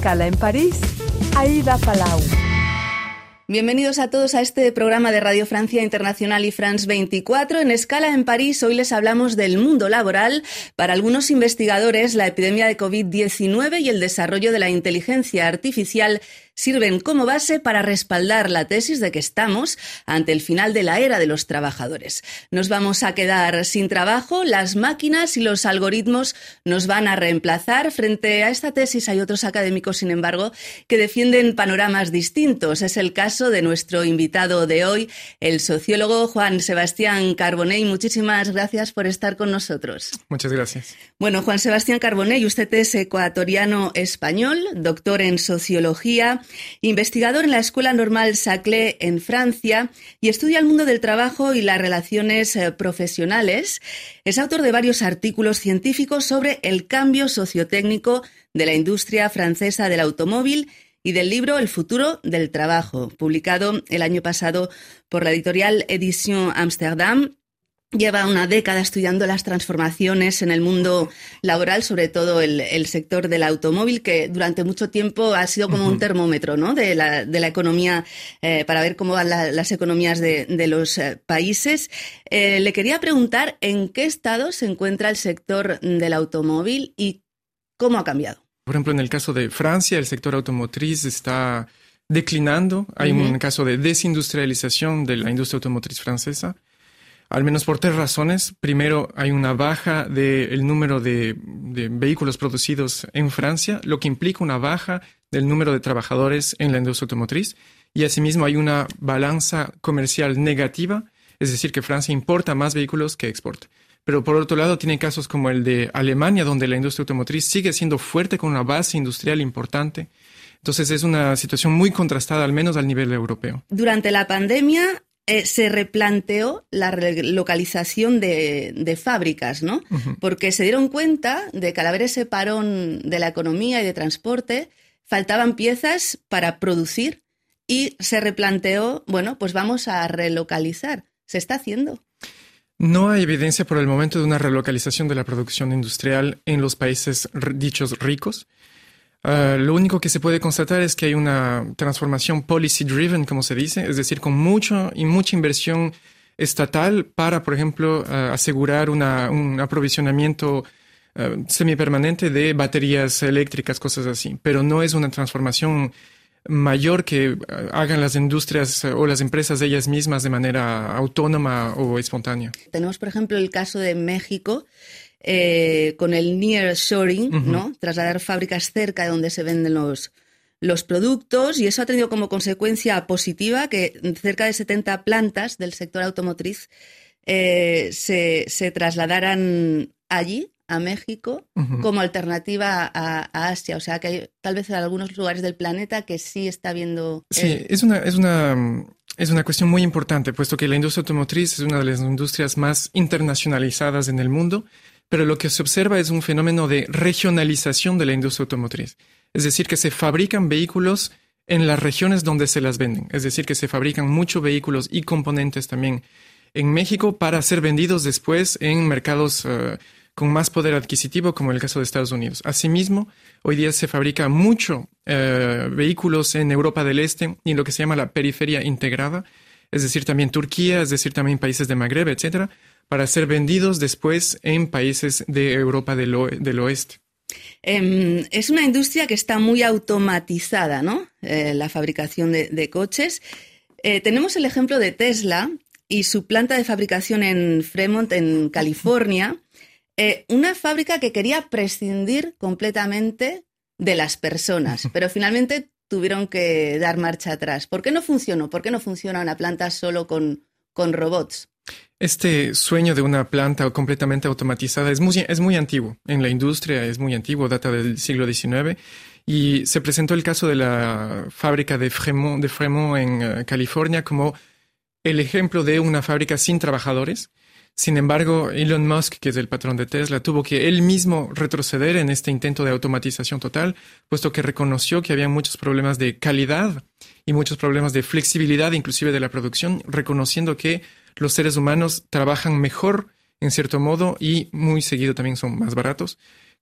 Escala en París, Aida Palau. Bienvenidos a todos a este programa de Radio Francia Internacional y France 24. En Escala en París hoy les hablamos del mundo laboral. Para algunos investigadores, la epidemia de COVID-19 y el desarrollo de la inteligencia artificial sirven como base para respaldar la tesis de que estamos ante el final de la era de los trabajadores. Nos vamos a quedar sin trabajo, las máquinas y los algoritmos nos van a reemplazar. Frente a esta tesis hay otros académicos, sin embargo, que defienden panoramas distintos. Es el caso de nuestro invitado de hoy, el sociólogo Juan Sebastián Carbonell. Muchísimas gracias por estar con nosotros. Muchas gracias. Bueno, Juan Sebastián Carbonell, usted es ecuatoriano español, doctor en sociología, investigador en la Escuela Normal Saclay en Francia y estudia el mundo del trabajo y las relaciones profesionales. Es autor de varios artículos científicos sobre el cambio sociotécnico de la industria francesa del automóvil y del libro El futuro del trabajo, publicado el año pasado por la editorial Edition Amsterdam. Lleva una década estudiando las transformaciones en el mundo laboral, sobre todo el sector del automóvil, que durante mucho tiempo ha sido como un termómetro, ¿no?, de la economía, para ver cómo van las economías de los países. Le quería preguntar en qué estado se encuentra el sector del automóvil y cómo ha cambiado. Por ejemplo, en el caso de Francia, el sector automotriz está declinando. Hay un caso de desindustrialización de la industria automotriz francesa. Al menos por tres razones. Primero, hay una baja del número de vehículos producidos en Francia, lo que implica una baja del número de trabajadores en la industria automotriz. Y asimismo hay una balanza comercial negativa, es decir, que Francia importa más vehículos que exporta. Pero por otro lado, tiene casos como el de Alemania, donde la industria automotriz sigue siendo fuerte con una base industrial importante. Entonces es una situación muy contrastada, al menos al nivel europeo. Durante la pandemia se replanteó la relocalización de fábricas, ¿no? Porque se dieron cuenta de que al haber ese parón de la economía y de transporte, faltaban piezas para producir y se replanteó, bueno, pues vamos a relocalizar. ¿Se está haciendo? No hay evidencia por el momento de una relocalización de la producción industrial en los países dichos ricos. Lo único que se puede constatar es que hay una transformación policy-driven, como se dice, es decir, con mucha inversión estatal para, por ejemplo, asegurar un aprovisionamiento semipermanente de baterías eléctricas, cosas así. Pero no es una transformación mayor que hagan las industrias o las empresas de ellas mismas de manera autónoma o espontánea. Tenemos, por ejemplo, el caso de México, con el nearshoring, ¿no? Trasladar fábricas cerca de donde se venden los productos, y eso ha tenido como consecuencia positiva que cerca de 70 plantas del sector automotriz se trasladaran allí, a México, como alternativa a Asia. O sea que hay tal vez en algunos lugares del planeta que sí está viendo... Sí, es una cuestión muy importante, puesto que la industria automotriz es una de las industrias más internacionalizadas en el mundo, pero lo que se observa es un fenómeno de regionalización de la industria automotriz. Es decir, que se fabrican vehículos en las regiones donde se las venden. Es decir, que se fabrican muchos vehículos y componentes también en México para ser vendidos después en mercados con más poder adquisitivo, como el caso de Estados Unidos. Asimismo, hoy día se fabrica mucho vehículos en Europa del Este y en lo que se llama la periferia integrada, es decir, también Turquía, es decir, también países de Magreb, etcétera, para ser vendidos después en países de Europa del Oeste. Es una industria que está muy automatizada, ¿no? La fabricación de coches. Tenemos el ejemplo de Tesla y su planta de fabricación en Fremont, en California. Una fábrica que quería prescindir completamente de las personas, pero finalmente tuvieron que dar marcha atrás. ¿Por qué no funcionó? ¿Por qué no funciona una planta solo con robots? Este sueño de una planta completamente automatizada es muy antiguo. En la industria es muy antiguo, data del siglo XIX. Y se presentó el caso de la fábrica de Fremont en California como el ejemplo de una fábrica sin trabajadores. Sin embargo, Elon Musk, que es el patrón de Tesla, tuvo que él mismo retroceder en este intento de automatización total, puesto que reconoció que había muchos problemas de calidad y muchos problemas de flexibilidad, inclusive de la producción, reconociendo que los seres humanos trabajan mejor, en cierto modo, y muy seguido también son más baratos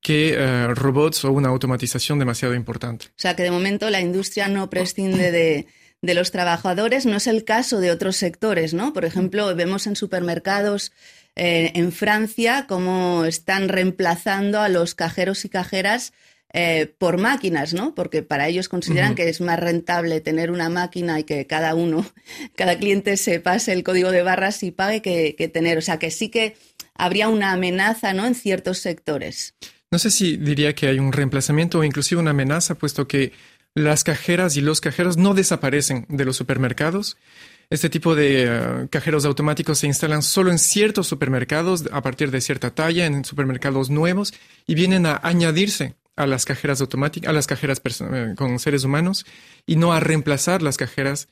que robots o una automatización demasiado importante. O sea, que de momento la industria no prescinde de los trabajadores. No es el caso de otros sectores, ¿no? Por ejemplo, vemos en supermercados en Francia cómo están reemplazando a los cajeros y cajeras por máquinas, ¿no? Porque para ellos consideran que es más rentable tener una máquina y que cada cliente se pase el código de barras y pague que tener. O sea, que sí que habría una amenaza, ¿no? En ciertos sectores. No sé si diría que hay un reemplazamiento o inclusive una amenaza, puesto que las cajeras y los cajeros no desaparecen de los supermercados. Este tipo de cajeros automáticos se instalan solo en ciertos supermercados a partir de cierta talla, en supermercados nuevos, y vienen a añadirse a las cajeras automáticas, a las cajeras con seres humanos, y no a reemplazar las cajeras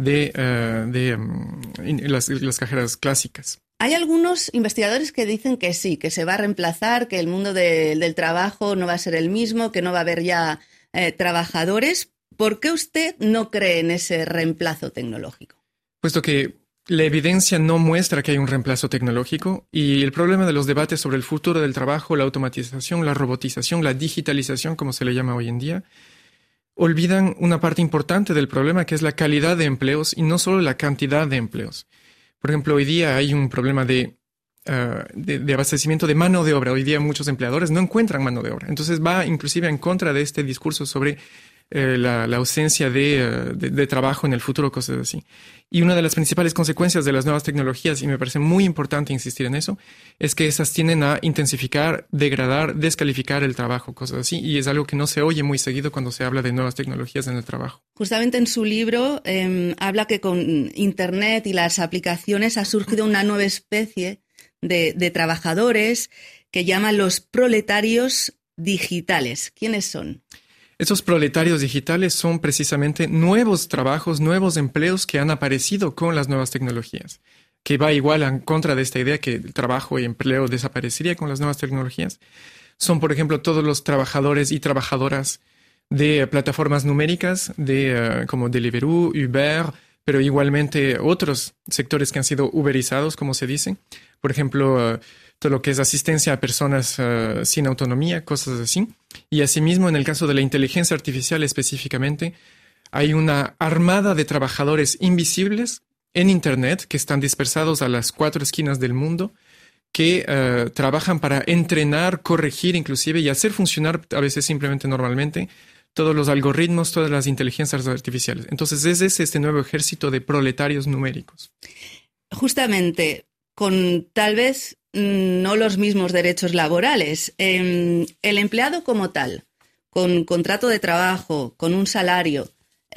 las cajeras clásicas. Hay algunos investigadores que dicen que sí, que se va a reemplazar, que el mundo del trabajo no va a ser el mismo, que no va a haber ya trabajadores. ¿Por qué usted no cree en ese reemplazo tecnológico? Puesto que la evidencia no muestra que hay un reemplazo tecnológico, y el problema de los debates sobre el futuro del trabajo, la automatización, la robotización, la digitalización, como se le llama hoy en día, olvidan una parte importante del problema, que es la calidad de empleos y no solo la cantidad de empleos. Por ejemplo, hoy día hay un problema de abastecimiento de mano de obra. Hoy día muchos empleadores no encuentran mano de obra. Entonces va inclusive en contra de este discurso sobre la ausencia de trabajo en el futuro, cosas así. Y una de las principales consecuencias de las nuevas tecnologías, y me parece muy importante insistir en eso, es que esas tienden a intensificar, degradar, descalificar el trabajo, cosas así. Y es algo que no se oye muy seguido cuando se habla de nuevas tecnologías en el trabajo. Justamente en su libro habla que con Internet y las aplicaciones ha surgido una nueva especie de trabajadores que llaman los proletarios digitales. ¿Quiénes son? Estos proletarios digitales son precisamente nuevos trabajos, nuevos empleos que han aparecido con las nuevas tecnologías, que va igual en contra de esta idea que el trabajo y empleo desaparecería con las nuevas tecnologías. Son, por ejemplo, todos los trabajadores y trabajadoras de plataformas numéricas, como Deliveroo, Uber, pero igualmente otros sectores que han sido uberizados, como se dice. Por ejemplo, todo lo que es asistencia a personas sin autonomía, cosas así. Y asimismo, en el caso de la inteligencia artificial específicamente, hay una armada de trabajadores invisibles en Internet que están dispersados a las 4 esquinas del mundo, que trabajan para entrenar, corregir inclusive y hacer funcionar a veces simplemente normalmente todos los algoritmos, todas las inteligencias artificiales. Entonces, es este nuevo ejército de proletarios numéricos. Justamente, con tal vez no los mismos derechos laborales. El empleado como tal, con contrato de trabajo, con un salario,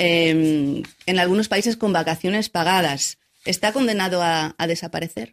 en algunos países con vacaciones pagadas, ¿está condenado a desaparecer?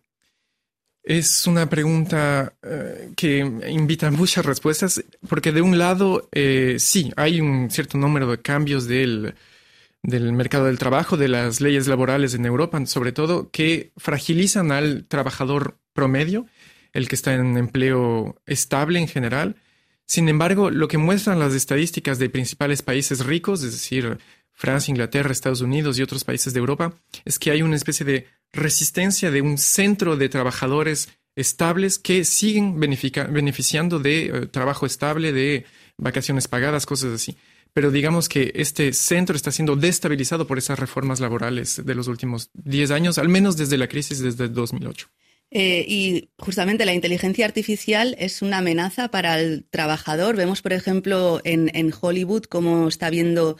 Es una pregunta que invita a muchas respuestas, porque de un lado, sí, hay un cierto número de cambios del mercado del trabajo, de las leyes laborales en Europa, sobre todo, que fragilizan al trabajador promedio, el que está en empleo estable en general. Sin embargo, lo que muestran las estadísticas de principales países ricos, es decir, Francia, Inglaterra, Estados Unidos y otros países de Europa, es que hay una especie de resistencia de un centro de trabajadores estables que siguen beneficiando de trabajo estable, de vacaciones pagadas, cosas así. Pero digamos que este centro está siendo destabilizado por esas reformas laborales de los últimos 10 años, al menos desde la crisis desde 2008. Y justamente la inteligencia artificial es una amenaza para el trabajador. Vemos, por ejemplo, en Hollywood cómo está habiendo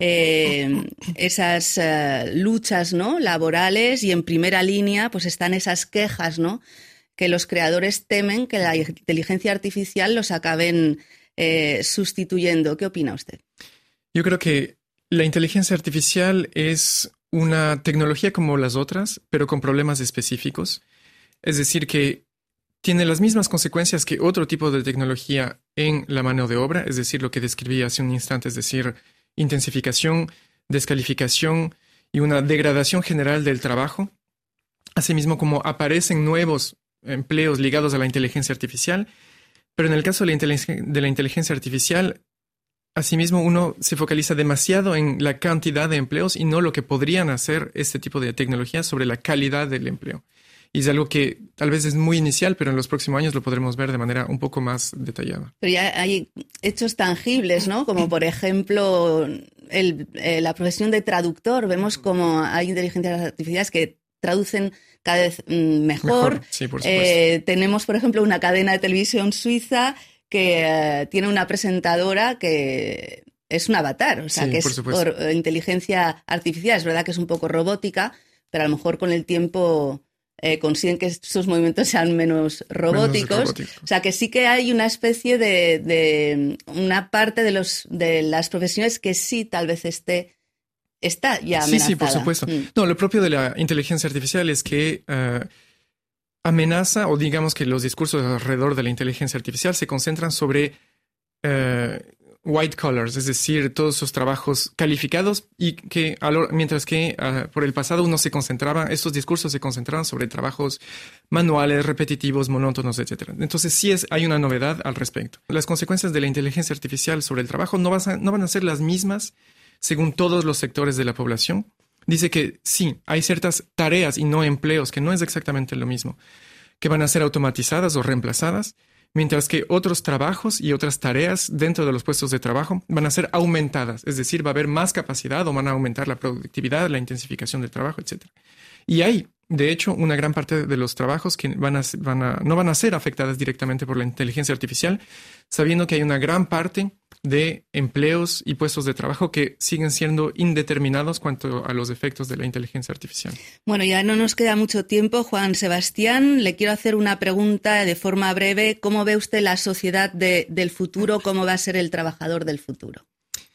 esas luchas, ¿no?, laborales, y en primera línea pues están esas quejas, ¿no?, que los creadores temen que la inteligencia artificial los acaben sustituyendo. ¿Qué opina usted? Yo creo que la inteligencia artificial es una tecnología como las otras, pero con problemas específicos. Es decir, que tiene las mismas consecuencias que otro tipo de tecnología en la mano de obra, es decir, lo que describí hace un instante, es decir, intensificación, descalificación y una degradación general del trabajo. Asimismo, como aparecen nuevos empleos ligados a la inteligencia artificial, pero en el caso de la inteligencia artificial, asimismo, uno se focaliza demasiado en la cantidad de empleos y no lo que podrían hacer este tipo de tecnologías sobre la calidad del empleo. Y es algo que tal vez es muy inicial, pero en los próximos años lo podremos ver de manera un poco más detallada. Pero ya hay hechos tangibles, ¿no? Como por ejemplo la profesión de traductor. Vemos como hay inteligencias artificiales que traducen cada vez mejor. Sí, por supuesto. Tenemos, por ejemplo, una cadena de televisión suiza que tiene una presentadora que es un avatar, o sea, sí, que es por inteligencia artificial. Es verdad que es un poco robótica, pero a lo mejor con el tiempo consiguen que sus movimientos sean menos robóticos. O sea, que sí que hay una especie de una parte de las profesiones que sí tal vez está ya amenazada. Sí, por supuesto. No, lo propio de la inteligencia artificial es que amenaza, o digamos que los discursos alrededor de la inteligencia artificial se concentran sobre white collars, es decir, todos esos trabajos calificados, y que mientras que por el pasado estos discursos se concentraban sobre trabajos manuales, repetitivos, monótonos, etc. Entonces sí hay una novedad al respecto. Las consecuencias de la inteligencia artificial sobre el trabajo no van a ser las mismas según todos los sectores de la población. Dice que sí, hay ciertas tareas y no empleos, que no es exactamente lo mismo, que van a ser automatizadas o reemplazadas, mientras que otros trabajos y otras tareas dentro de los puestos de trabajo van a ser aumentadas, es decir, va a haber más capacidad o van a aumentar la productividad, la intensificación del trabajo, etc. Y hay, de hecho, una gran parte de los trabajos que no van a ser afectadas directamente por la inteligencia artificial, sabiendo que hay una gran parte de empleos y puestos de trabajo que siguen siendo indeterminados cuanto a los efectos de la inteligencia artificial. Bueno, ya no nos queda mucho tiempo, Juan Sebastián. Le quiero hacer una pregunta de forma breve. ¿Cómo ve usted la sociedad del futuro? ¿Cómo va a ser el trabajador del futuro?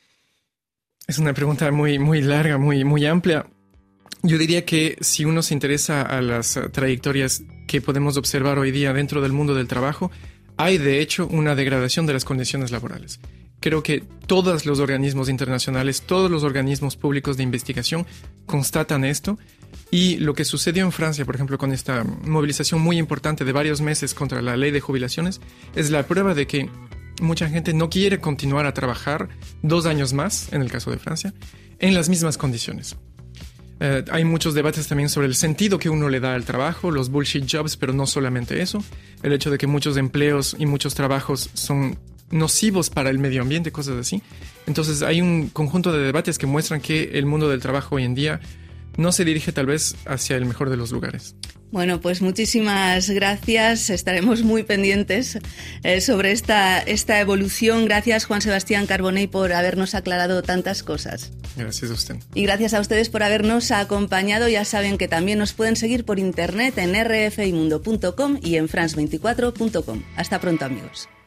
Es una pregunta muy, muy larga, muy, muy amplia. Yo diría que si uno se interesa a las trayectorias que podemos observar hoy día dentro del mundo del trabajo, hay de hecho una degradación de las condiciones laborales. Creo que todos los organismos internacionales, todos los organismos públicos de investigación constatan esto, y lo que sucedió en Francia, por ejemplo, con esta movilización muy importante de varios meses contra la ley de jubilaciones, es la prueba de que mucha gente no quiere continuar a trabajar 2 años más, en el caso de Francia, en las mismas condiciones. Hay muchos debates también sobre el sentido que uno le da al trabajo, los bullshit jobs, pero no solamente eso, el hecho de que muchos empleos y muchos trabajos son nocivos para el medio ambiente, cosas así. Entonces hay un conjunto de debates que muestran que el mundo del trabajo hoy en día no se dirige tal vez hacia el mejor de los lugares. Bueno, pues muchísimas gracias. Estaremos muy pendientes sobre esta evolución. Gracias, Juan Sebastián Carbonell, por habernos aclarado tantas cosas. Gracias a usted. Y gracias a ustedes por habernos acompañado. Ya saben que también nos pueden seguir por internet en rfimundo.com y en france24.com. Hasta pronto, amigos.